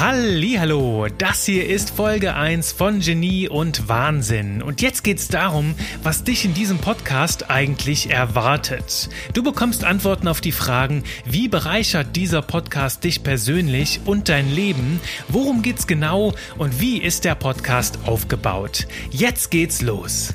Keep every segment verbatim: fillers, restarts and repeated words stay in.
Hallihallo, das hier ist Folge eins von Genie und Wahnsinn. Und jetzt geht's darum, was dich in diesem Podcast eigentlich erwartet. Du bekommst Antworten auf die Fragen, wie bereichert dieser Podcast dich persönlich und dein Leben, worum geht's genau und wie ist der Podcast aufgebaut. Jetzt geht's los.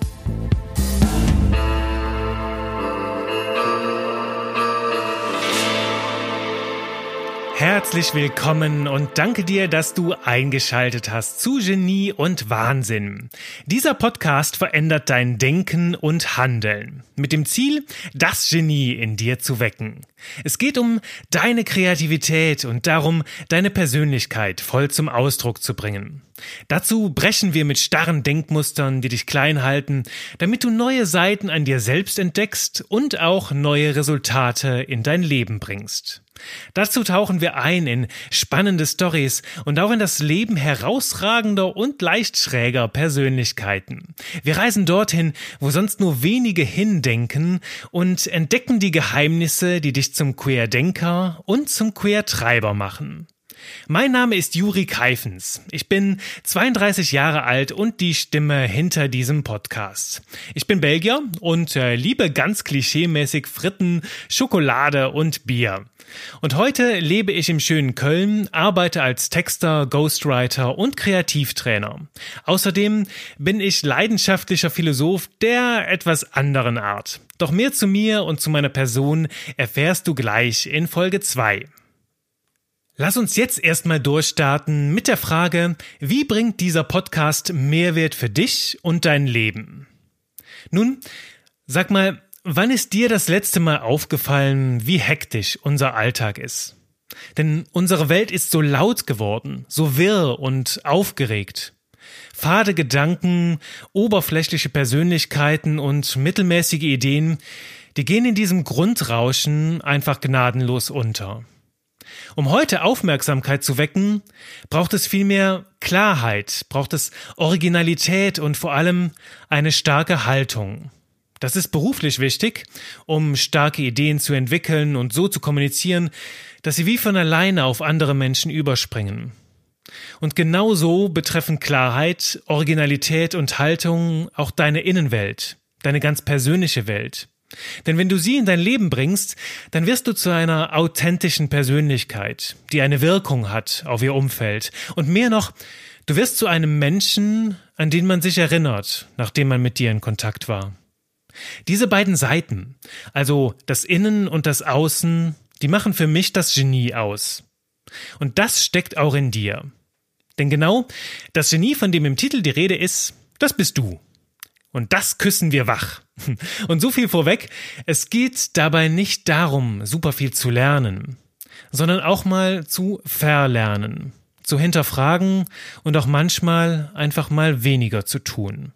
Herzlich willkommen und danke dir, dass du eingeschaltet hast zu Genie und Wahnsinn. Dieser Podcast verändert dein Denken und Handeln mit dem Ziel, das Genie in dir zu wecken. Es geht um deine Kreativität und darum, deine Persönlichkeit voll zum Ausdruck zu bringen. Dazu brechen wir mit starren Denkmustern, die dich klein halten, damit du neue Seiten an dir selbst entdeckst und auch neue Resultate in dein Leben bringst. Dazu tauchen wir ein in spannende Storys und auch in das Leben herausragender und leicht schräger Persönlichkeiten. Wir reisen dorthin, wo sonst nur wenige hindenken und entdecken die Geheimnisse, die dich zum Querdenker und zum Quertreiber machen. Mein Name ist Juri Keifens. Ich bin zweiunddreißig Jahre alt und die Stimme hinter diesem Podcast. Ich bin Belgier und äh, liebe ganz klischeemäßig Fritten, Schokolade und Bier. Und heute lebe ich im schönen Köln, arbeite als Texter, Ghostwriter und Kreativtrainer. Außerdem bin ich leidenschaftlicher Philosoph der etwas anderen Art. Doch mehr zu mir und zu meiner Person erfährst du gleich in Folge zwei. Lass uns jetzt erstmal durchstarten mit der Frage, wie bringt dieser Podcast Mehrwert für dich und dein Leben? Nun, sag mal, wann ist dir das letzte Mal aufgefallen, wie hektisch unser Alltag ist? Denn unsere Welt ist so laut geworden, so wirr und aufgeregt. Fade Gedanken, oberflächliche Persönlichkeiten und mittelmäßige Ideen, die gehen in diesem Grundrauschen einfach gnadenlos unter. Um heute Aufmerksamkeit zu wecken, braucht es vielmehr Klarheit, braucht es Originalität und vor allem eine starke Haltung. Das ist beruflich wichtig, um starke Ideen zu entwickeln und so zu kommunizieren, dass sie wie von alleine auf andere Menschen überspringen. Und genauso betreffen Klarheit, Originalität und Haltung auch deine Innenwelt, deine ganz persönliche Welt. Denn wenn du sie in dein Leben bringst, dann wirst du zu einer authentischen Persönlichkeit, die eine Wirkung hat auf ihr Umfeld. Und mehr noch, du wirst zu einem Menschen, an den man sich erinnert, nachdem man mit dir in Kontakt war. Diese beiden Seiten, also das Innen und das Außen, die machen für mich das Genie aus. Und das steckt auch in dir. Denn genau das Genie, von dem im Titel die Rede ist, das bist du. Und das küssen wir wach. Und so viel vorweg, es geht dabei nicht darum, super viel zu lernen, sondern auch mal zu verlernen, zu hinterfragen und auch manchmal einfach mal weniger zu tun.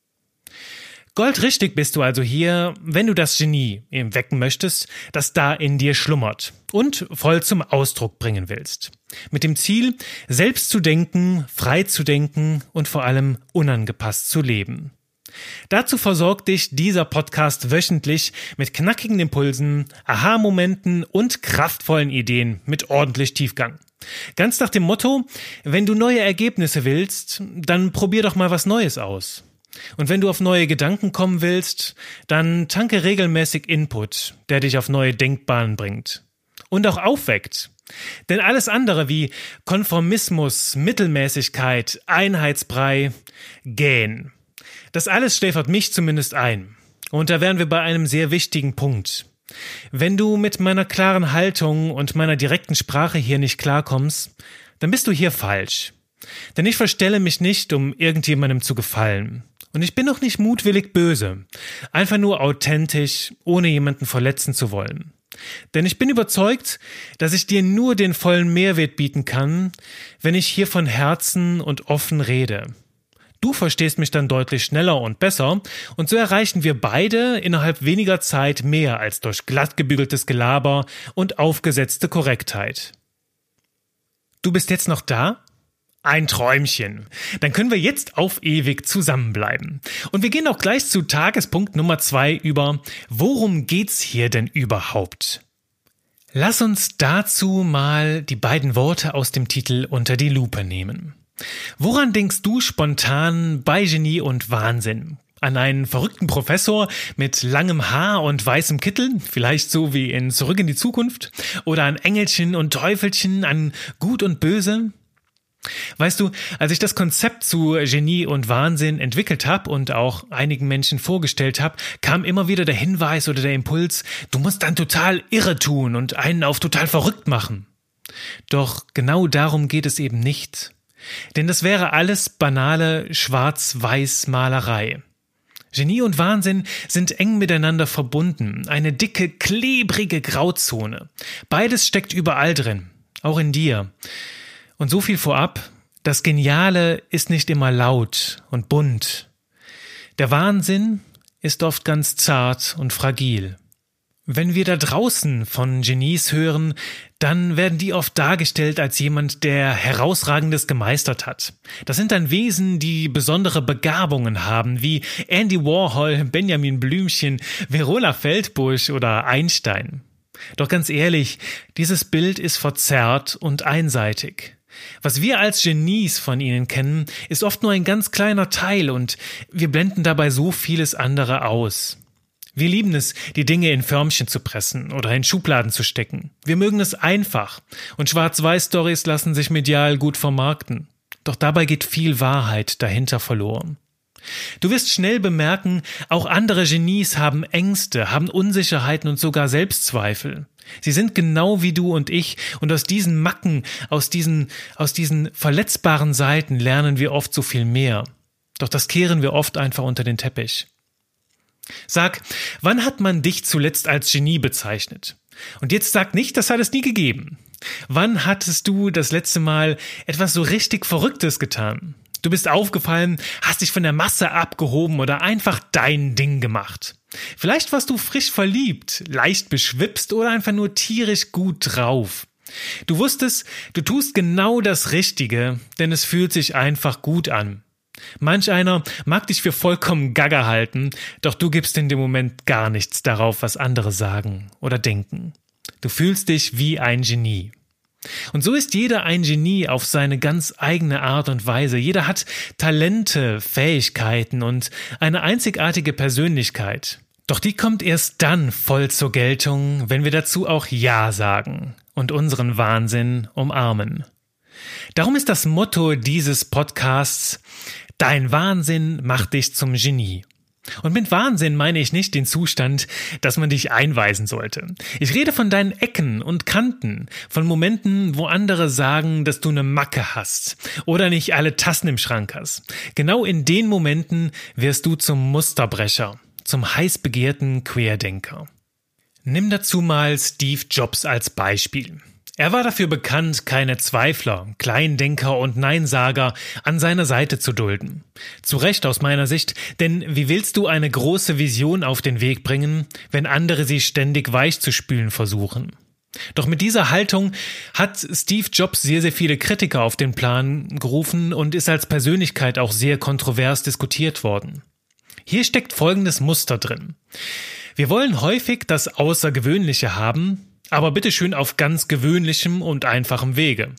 Goldrichtig bist du also hier, wenn du das Genie eben wecken möchtest, das da in dir schlummert und voll zum Ausdruck bringen willst. Mit dem Ziel, selbst zu denken, frei zu denken und vor allem unangepasst zu leben. Dazu versorgt dich dieser Podcast wöchentlich mit knackigen Impulsen, Aha-Momenten und kraftvollen Ideen mit ordentlich Tiefgang. Ganz nach dem Motto, wenn du neue Ergebnisse willst, dann probier doch mal was Neues aus. Und wenn du auf neue Gedanken kommen willst, dann tanke regelmäßig Input, der dich auf neue Denkbahnen bringt. Und auch aufweckt. Denn alles andere wie Konformismus, Mittelmäßigkeit, Einheitsbrei, gähn. Das alles schläfert mich zumindest ein. Und da wären wir bei einem sehr wichtigen Punkt. Wenn du mit meiner klaren Haltung und meiner direkten Sprache hier nicht klarkommst, dann bist du hier falsch. Denn ich verstelle mich nicht, um irgendjemandem zu gefallen. Und ich bin auch nicht mutwillig böse. Einfach nur authentisch, ohne jemanden verletzen zu wollen. Denn ich bin überzeugt, dass ich dir nur den vollen Mehrwert bieten kann, wenn ich hier von Herzen und offen rede. Du verstehst mich dann deutlich schneller und besser und so erreichen wir beide innerhalb weniger Zeit mehr als durch glatt gebügeltes Gelaber und aufgesetzte Korrektheit. Du bist jetzt noch da? Ein Träumchen. Dann können wir jetzt auf ewig zusammenbleiben. Und wir gehen auch gleich zu Tagespunkt Nummer zwei über. Worum geht's hier denn überhaupt? Lass uns dazu mal die beiden Worte aus dem Titel unter die Lupe nehmen. Woran denkst du spontan bei Genie und Wahnsinn? An einen verrückten Professor mit langem Haar und weißem Kittel, vielleicht so wie in Zurück in die Zukunft? Oder an Engelchen und Teufelchen, an Gut und Böse? Weißt du, als ich das Konzept zu Genie und Wahnsinn entwickelt habe und auch einigen Menschen vorgestellt habe, kam immer wieder der Hinweis oder der Impuls, du musst dann total irre tun und einen auf total verrückt machen. Doch genau darum geht es eben nicht. Denn das wäre alles banale Schwarz-Weiß-Malerei. Genie und Wahnsinn sind eng miteinander verbunden, eine dicke, klebrige Grauzone. Beides steckt überall drin, auch in dir. Und so viel vorab, das Geniale ist nicht immer laut und bunt. Der Wahnsinn ist oft ganz zart und fragil. Wenn wir da draußen von Genies hören, dann werden die oft dargestellt als jemand, der Herausragendes gemeistert hat. Das sind dann Wesen, die besondere Begabungen haben, wie Andy Warhol, Benjamin Blümchen, Verona Feldbusch oder Einstein. Doch ganz ehrlich, dieses Bild ist verzerrt und einseitig. Was wir als Genies von ihnen kennen, ist oft nur ein ganz kleiner Teil und wir blenden dabei so vieles andere aus. Wir lieben es, die Dinge in Förmchen zu pressen oder in Schubladen zu stecken. Wir mögen es einfach und Schwarz-Weiß-Stories lassen sich medial gut vermarkten. Doch dabei geht viel Wahrheit dahinter verloren. Du wirst schnell bemerken, auch andere Genies haben Ängste, haben Unsicherheiten und sogar Selbstzweifel. Sie sind genau wie du und ich und aus diesen Macken, aus diesen, aus diesen verletzbaren Seiten lernen wir oft so viel mehr. Doch das kehren wir oft einfach unter den Teppich. Sag, wann hat man dich zuletzt als Genie bezeichnet? Und jetzt sag nicht, das hat es nie gegeben. Wann hattest du das letzte Mal etwas so richtig Verrücktes getan? Du bist aufgefallen, hast dich von der Masse abgehoben oder einfach dein Ding gemacht. Vielleicht warst du frisch verliebt, leicht beschwipst oder einfach nur tierisch gut drauf. Du wusstest, du tust genau das Richtige, denn es fühlt sich einfach gut an. Manch einer mag dich für vollkommen gaga halten, doch du gibst in dem Moment gar nichts darauf, was andere sagen oder denken. Du fühlst dich wie ein Genie. Und so ist jeder ein Genie auf seine ganz eigene Art und Weise. Jeder hat Talente, Fähigkeiten und eine einzigartige Persönlichkeit. Doch die kommt erst dann voll zur Geltung, wenn wir dazu auch Ja sagen und unseren Wahnsinn umarmen. Darum ist das Motto dieses Podcasts: Dein Wahnsinn macht dich zum Genie. Und mit Wahnsinn meine ich nicht den Zustand, dass man dich einweisen sollte. Ich rede von deinen Ecken und Kanten, von Momenten, wo andere sagen, dass du eine Macke hast oder nicht alle Tassen im Schrank hast. Genau in den Momenten wirst du zum Musterbrecher, zum heiß begehrten Querdenker. Nimm dazu mal Steve Jobs als Beispiel. Er war dafür bekannt, keine Zweifler, Kleindenker und Neinsager an seiner Seite zu dulden. Zu Recht aus meiner Sicht, denn wie willst du eine große Vision auf den Weg bringen, wenn andere sie ständig weichzuspülen versuchen? Doch mit dieser Haltung hat Steve Jobs sehr, sehr viele Kritiker auf den Plan gerufen und ist als Persönlichkeit auch sehr kontrovers diskutiert worden. Hier steckt folgendes Muster drin. Wir wollen häufig das Außergewöhnliche haben, aber bitteschön auf ganz gewöhnlichem und einfachem Wege.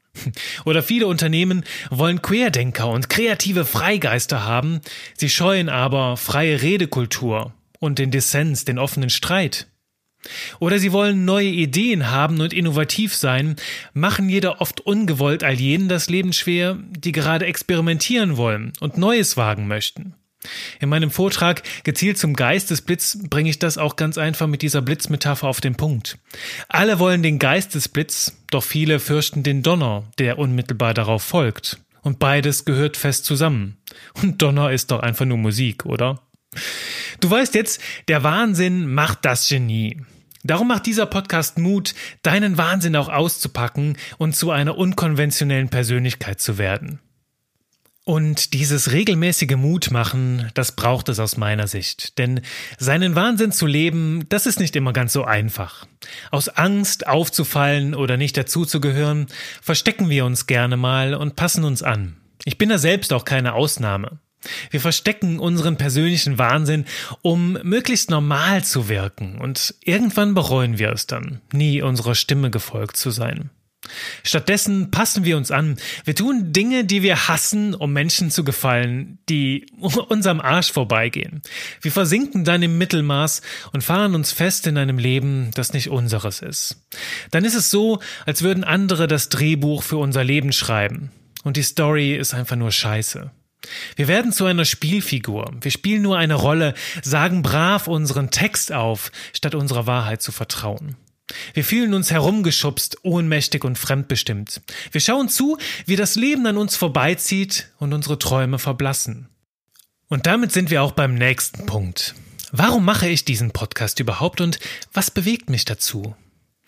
Oder viele Unternehmen wollen Querdenker und kreative Freigeister haben, sie scheuen aber freie Redekultur und den Dissens, den offenen Streit. Oder sie wollen neue Ideen haben und innovativ sein, machen jedoch oft ungewollt all jenen das Leben schwer, die gerade experimentieren wollen und Neues wagen möchten. In meinem Vortrag Gezielt zum Geistesblitz bringe ich das auch ganz einfach mit dieser Blitzmetapher auf den Punkt. Alle wollen den Geistesblitz, doch viele fürchten den Donner, der unmittelbar darauf folgt. Und beides gehört fest zusammen. Und Donner ist doch einfach nur Musik, oder? Du weißt jetzt, der Wahnsinn macht das Genie. Darum macht dieser Podcast Mut, deinen Wahnsinn auch auszupacken und zu einer unkonventionellen Persönlichkeit zu werden. Und dieses regelmäßige Mutmachen, das braucht es aus meiner Sicht. Denn seinen Wahnsinn zu leben, das ist nicht immer ganz so einfach. Aus Angst, aufzufallen oder nicht dazuzugehören, verstecken wir uns gerne mal und passen uns an. Ich bin da selbst auch keine Ausnahme. Wir verstecken unseren persönlichen Wahnsinn, um möglichst normal zu wirken, und irgendwann bereuen wir es dann, nie unserer Stimme gefolgt zu sein. Stattdessen passen wir uns an. Wir tun Dinge, die wir hassen, um Menschen zu gefallen, die unserem Arsch vorbeigehen. Wir versinken dann im Mittelmaß und fahren uns fest in einem Leben, das nicht unseres ist. Dann ist es so, als würden andere das Drehbuch für unser Leben schreiben. Und die Story ist einfach nur Scheiße. Wir werden zu einer Spielfigur. Wir spielen nur eine Rolle, sagen brav unseren Text auf, statt unserer Wahrheit zu vertrauen. Wir fühlen uns herumgeschubst, ohnmächtig und fremdbestimmt. Wir schauen zu, wie das Leben an uns vorbeizieht und unsere Träume verblassen. Und damit sind wir auch beim nächsten Punkt. Warum mache ich diesen Podcast überhaupt und was bewegt mich dazu?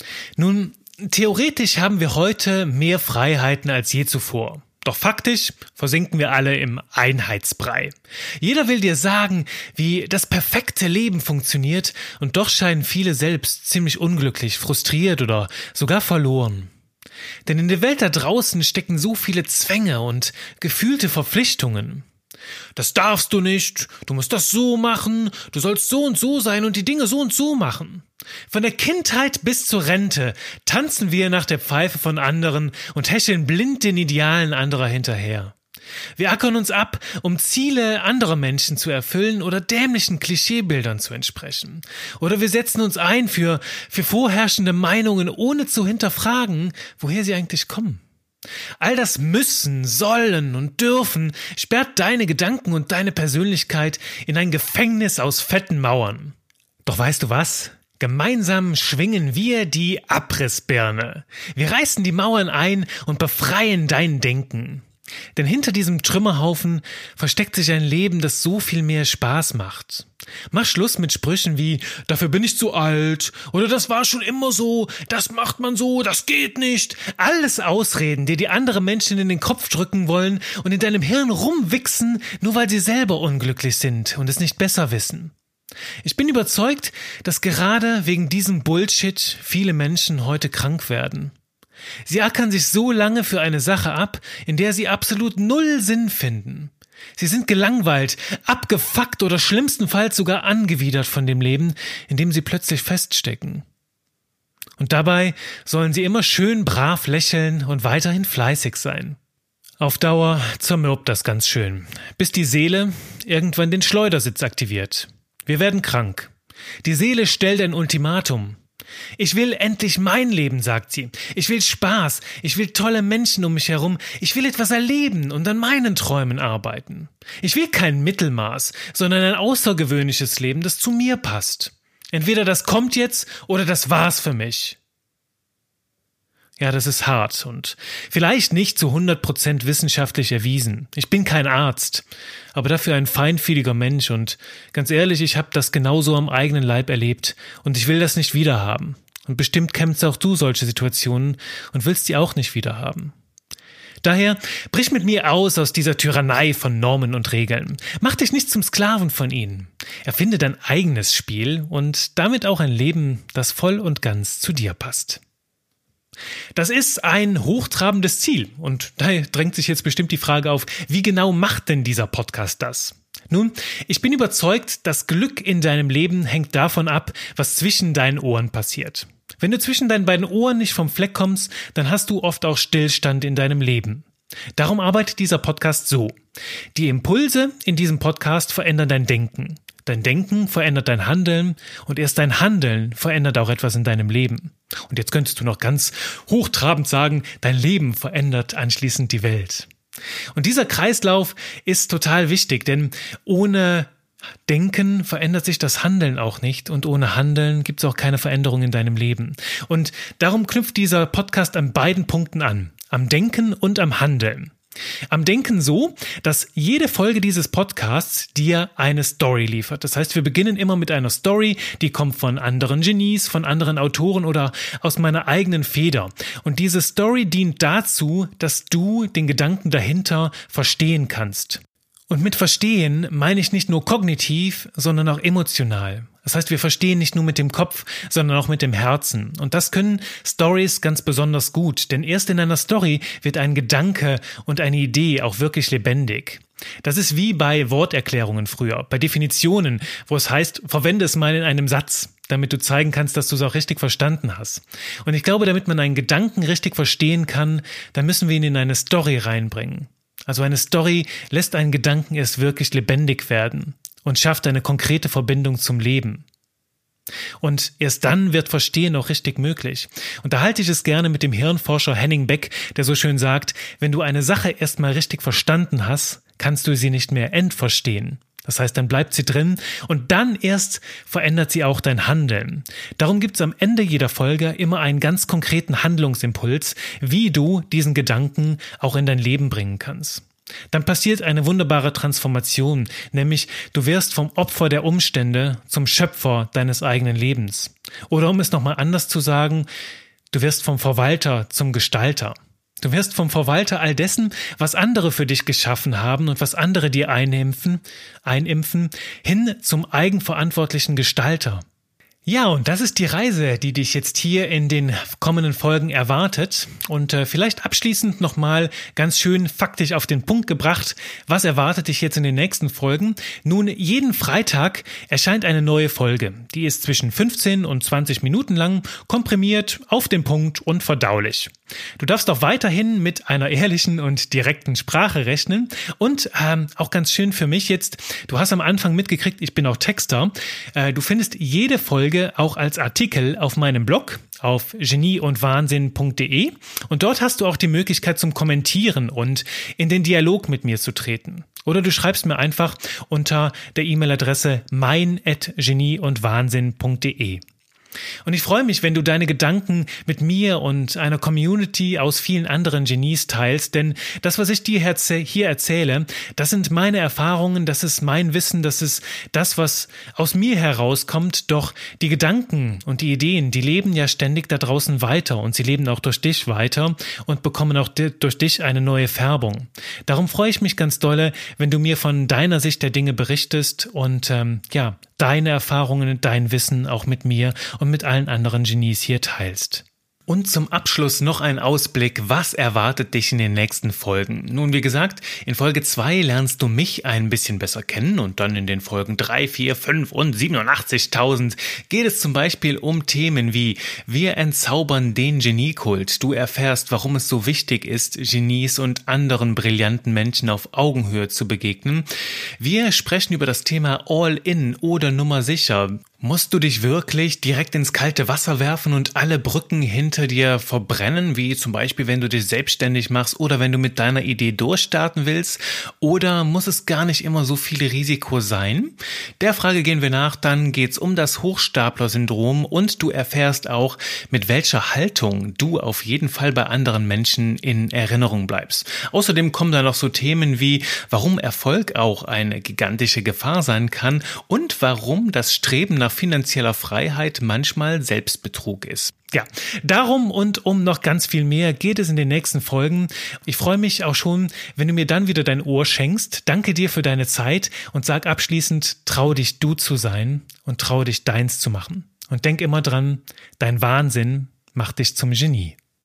Nun, theoretisch haben wir heute mehr Freiheiten als je zuvor. Doch faktisch versinken wir alle im Einheitsbrei. Jeder will dir sagen, wie das perfekte Leben funktioniert, und doch scheinen viele selbst ziemlich unglücklich, frustriert oder sogar verloren. Denn in der Welt da draußen stecken so viele Zwänge und gefühlte Verpflichtungen. Das darfst du nicht, du musst das so machen, du sollst so und so sein und die Dinge so und so machen. Von der Kindheit bis zur Rente tanzen wir nach der Pfeife von anderen und hecheln blind den Idealen anderer hinterher. Wir ackern uns ab, um Ziele anderer Menschen zu erfüllen oder dämlichen Klischeebildern zu entsprechen. Oder wir setzen uns ein für, für vorherrschende Meinungen, ohne zu hinterfragen, woher sie eigentlich kommen. All das Müssen, Sollen und Dürfen sperrt deine Gedanken und deine Persönlichkeit in ein Gefängnis aus fetten Mauern. Doch weißt du was? Gemeinsam schwingen wir die Abrissbirne. Wir reißen die Mauern ein und befreien dein Denken. Denn hinter diesem Trümmerhaufen versteckt sich ein Leben, das so viel mehr Spaß macht. Mach Schluss mit Sprüchen wie, dafür bin ich zu alt, oder das war schon immer so, das macht man so, das geht nicht. Alles Ausreden, die die andere Menschen in den Kopf drücken wollen und in deinem Hirn rumwichsen, nur weil sie selber unglücklich sind und es nicht besser wissen. Ich bin überzeugt, dass gerade wegen diesem Bullshit viele Menschen heute krank werden. Sie ackern sich so lange für eine Sache ab, in der sie absolut null Sinn finden. Sie sind gelangweilt, abgefuckt oder schlimmstenfalls sogar angewidert von dem Leben, in dem sie plötzlich feststecken. Und dabei sollen sie immer schön brav lächeln und weiterhin fleißig sein. Auf Dauer zermürbt das ganz schön, bis die Seele irgendwann den Schleudersitz aktiviert. Wir werden krank. Die Seele stellt ein Ultimatum. Ich will endlich mein Leben, sagt sie. Ich will Spaß, ich will tolle Menschen um mich herum, ich will etwas erleben und an meinen Träumen arbeiten. Ich will kein Mittelmaß, sondern ein außergewöhnliches Leben, das zu mir passt. Entweder das kommt jetzt oder das war's für mich. Ja, das ist hart und vielleicht nicht zu hundert Prozent wissenschaftlich erwiesen. Ich bin kein Arzt, aber dafür ein feinfühliger Mensch und ganz ehrlich, ich habe das genauso am eigenen Leib erlebt und ich will das nicht wiederhaben. Und bestimmt kennst auch du solche Situationen und willst die auch nicht wiederhaben. Daher brich mit mir aus aus dieser Tyrannei von Normen und Regeln. Mach dich nicht zum Sklaven von ihnen. Erfinde dein eigenes Spiel und damit auch ein Leben, das voll und ganz zu dir passt. Das ist ein hochtrabendes Ziel und da drängt sich jetzt bestimmt die Frage auf, wie genau macht denn dieser Podcast das? Nun, ich bin überzeugt, das Glück in deinem Leben hängt davon ab, was zwischen deinen Ohren passiert. Wenn du zwischen deinen beiden Ohren nicht vom Fleck kommst, dann hast du oft auch Stillstand in deinem Leben. Darum arbeitet dieser Podcast so. Die Impulse in diesem Podcast verändern dein Denken. Dein Denken verändert dein Handeln und erst dein Handeln verändert auch etwas in deinem Leben. Und jetzt könntest du noch ganz hochtrabend sagen, dein Leben verändert anschließend die Welt. Und dieser Kreislauf ist total wichtig, denn ohne Denken verändert sich das Handeln auch nicht und ohne Handeln gibt es auch keine Veränderung in deinem Leben. Und darum knüpft dieser Podcast an beiden Punkten an, am Denken und am Handeln. Am Denken so, dass jede Folge dieses Podcasts dir eine Story liefert. Das heißt, wir beginnen immer mit einer Story, die kommt von anderen Genies, von anderen Autoren oder aus meiner eigenen Feder. Und diese Story dient dazu, dass du den Gedanken dahinter verstehen kannst. Und mit verstehen meine ich nicht nur kognitiv, sondern auch emotional. Das heißt, wir verstehen nicht nur mit dem Kopf, sondern auch mit dem Herzen. Und das können Stories ganz besonders gut, denn erst in einer Story wird ein Gedanke und eine Idee auch wirklich lebendig. Das ist wie bei Worterklärungen früher, bei Definitionen, wo es heißt, verwende es mal in einem Satz, damit du zeigen kannst, dass du es auch richtig verstanden hast. Und ich glaube, damit man einen Gedanken richtig verstehen kann, dann müssen wir ihn in eine Story reinbringen. Also eine Story lässt einen Gedanken erst wirklich lebendig werden und schafft eine konkrete Verbindung zum Leben. Und erst dann wird Verstehen auch richtig möglich. Und da halte ich es gerne mit dem Hirnforscher Henning Beck, der so schön sagt, wenn du eine Sache erstmal richtig verstanden hast, kannst du sie nicht mehr entverstehen. Das heißt, dann bleibt sie drin und dann erst verändert sie auch dein Handeln. Darum gibt es am Ende jeder Folge immer einen ganz konkreten Handlungsimpuls, wie du diesen Gedanken auch in dein Leben bringen kannst. Dann passiert eine wunderbare Transformation, nämlich du wirst vom Opfer der Umstände zum Schöpfer deines eigenen Lebens. Oder um es nochmal anders zu sagen, du wirst vom Verwalter zum Gestalter. Du wirst vom Verwalter all dessen, was andere für dich geschaffen haben und was andere dir einimpfen, einimpfen, hin zum eigenverantwortlichen Gestalter. Ja, und das ist die Reise, die dich jetzt hier in den kommenden Folgen erwartet. Und äh, vielleicht abschließend nochmal ganz schön faktisch auf den Punkt gebracht, was erwartet dich jetzt in den nächsten Folgen? Nun, jeden Freitag erscheint eine neue Folge. Die ist zwischen fünfzehn und zwanzig Minuten lang, komprimiert, auf den Punkt und verdaulich. Du darfst auch weiterhin mit einer ehrlichen und direkten Sprache rechnen. Und ähm, auch ganz schön für mich jetzt, du hast am Anfang mitgekriegt, ich bin auch Texter. Äh, du findest jede Folge auch als Artikel auf meinem Blog auf genie und wahnsinn punkt de und dort hast du auch die Möglichkeit zum Kommentieren und in den Dialog mit mir zu treten. Oder du schreibst mir einfach unter der E-Mail-Adresse mein at genie und wahnsinn punkt de. Und ich freue mich, wenn du deine Gedanken mit mir und einer Community aus vielen anderen Genies teilst, denn das, was ich dir hier erzähle, das sind meine Erfahrungen, das ist mein Wissen, das ist das, was aus mir herauskommt, doch die Gedanken und die Ideen, die leben ja ständig da draußen weiter und sie leben auch durch dich weiter und bekommen auch durch dich eine neue Färbung. Darum freue ich mich ganz dolle, wenn du mir von deiner Sicht der Dinge berichtest und ähm, ja, deine Erfahrungen, dein Wissen auch mit mir und mit allen anderen Genies hier teilst. Und zum Abschluss noch ein Ausblick, was erwartet dich in den nächsten Folgen? Nun, wie gesagt, in Folge zwei lernst du mich ein bisschen besser kennen und dann in den Folgen drei, vier, fünf und siebenundachtzigtausend geht es zum Beispiel um Themen wie wir entzaubern den Geniekult. Du erfährst, warum es so wichtig ist, Genies und anderen brillanten Menschen auf Augenhöhe zu begegnen. Wir sprechen über das Thema All-In oder Nummer sicher. Musst du dich wirklich direkt ins kalte Wasser werfen und alle Brücken hinter dir verbrennen, wie zum Beispiel, wenn du dich selbstständig machst oder wenn du mit deiner Idee durchstarten willst? Oder muss es gar nicht immer so viel Risiko sein? Der Frage gehen wir nach, dann geht's um das Hochstapler-Syndrom und du erfährst auch, mit welcher Haltung du auf jeden Fall bei anderen Menschen in Erinnerung bleibst. Außerdem kommen da noch so Themen wie, warum Erfolg auch eine gigantische Gefahr sein kann und warum das Streben nach finanzieller Freiheit manchmal Selbstbetrug ist. Ja, darum und um noch ganz viel mehr geht es in den nächsten Folgen. Ich freue mich auch schon, wenn du mir dann wieder dein Ohr schenkst. Danke dir für deine Zeit und sag abschließend, trau dich du zu sein und trau dich deins zu machen. Und denk immer dran, dein Wahnsinn macht dich zum Genie.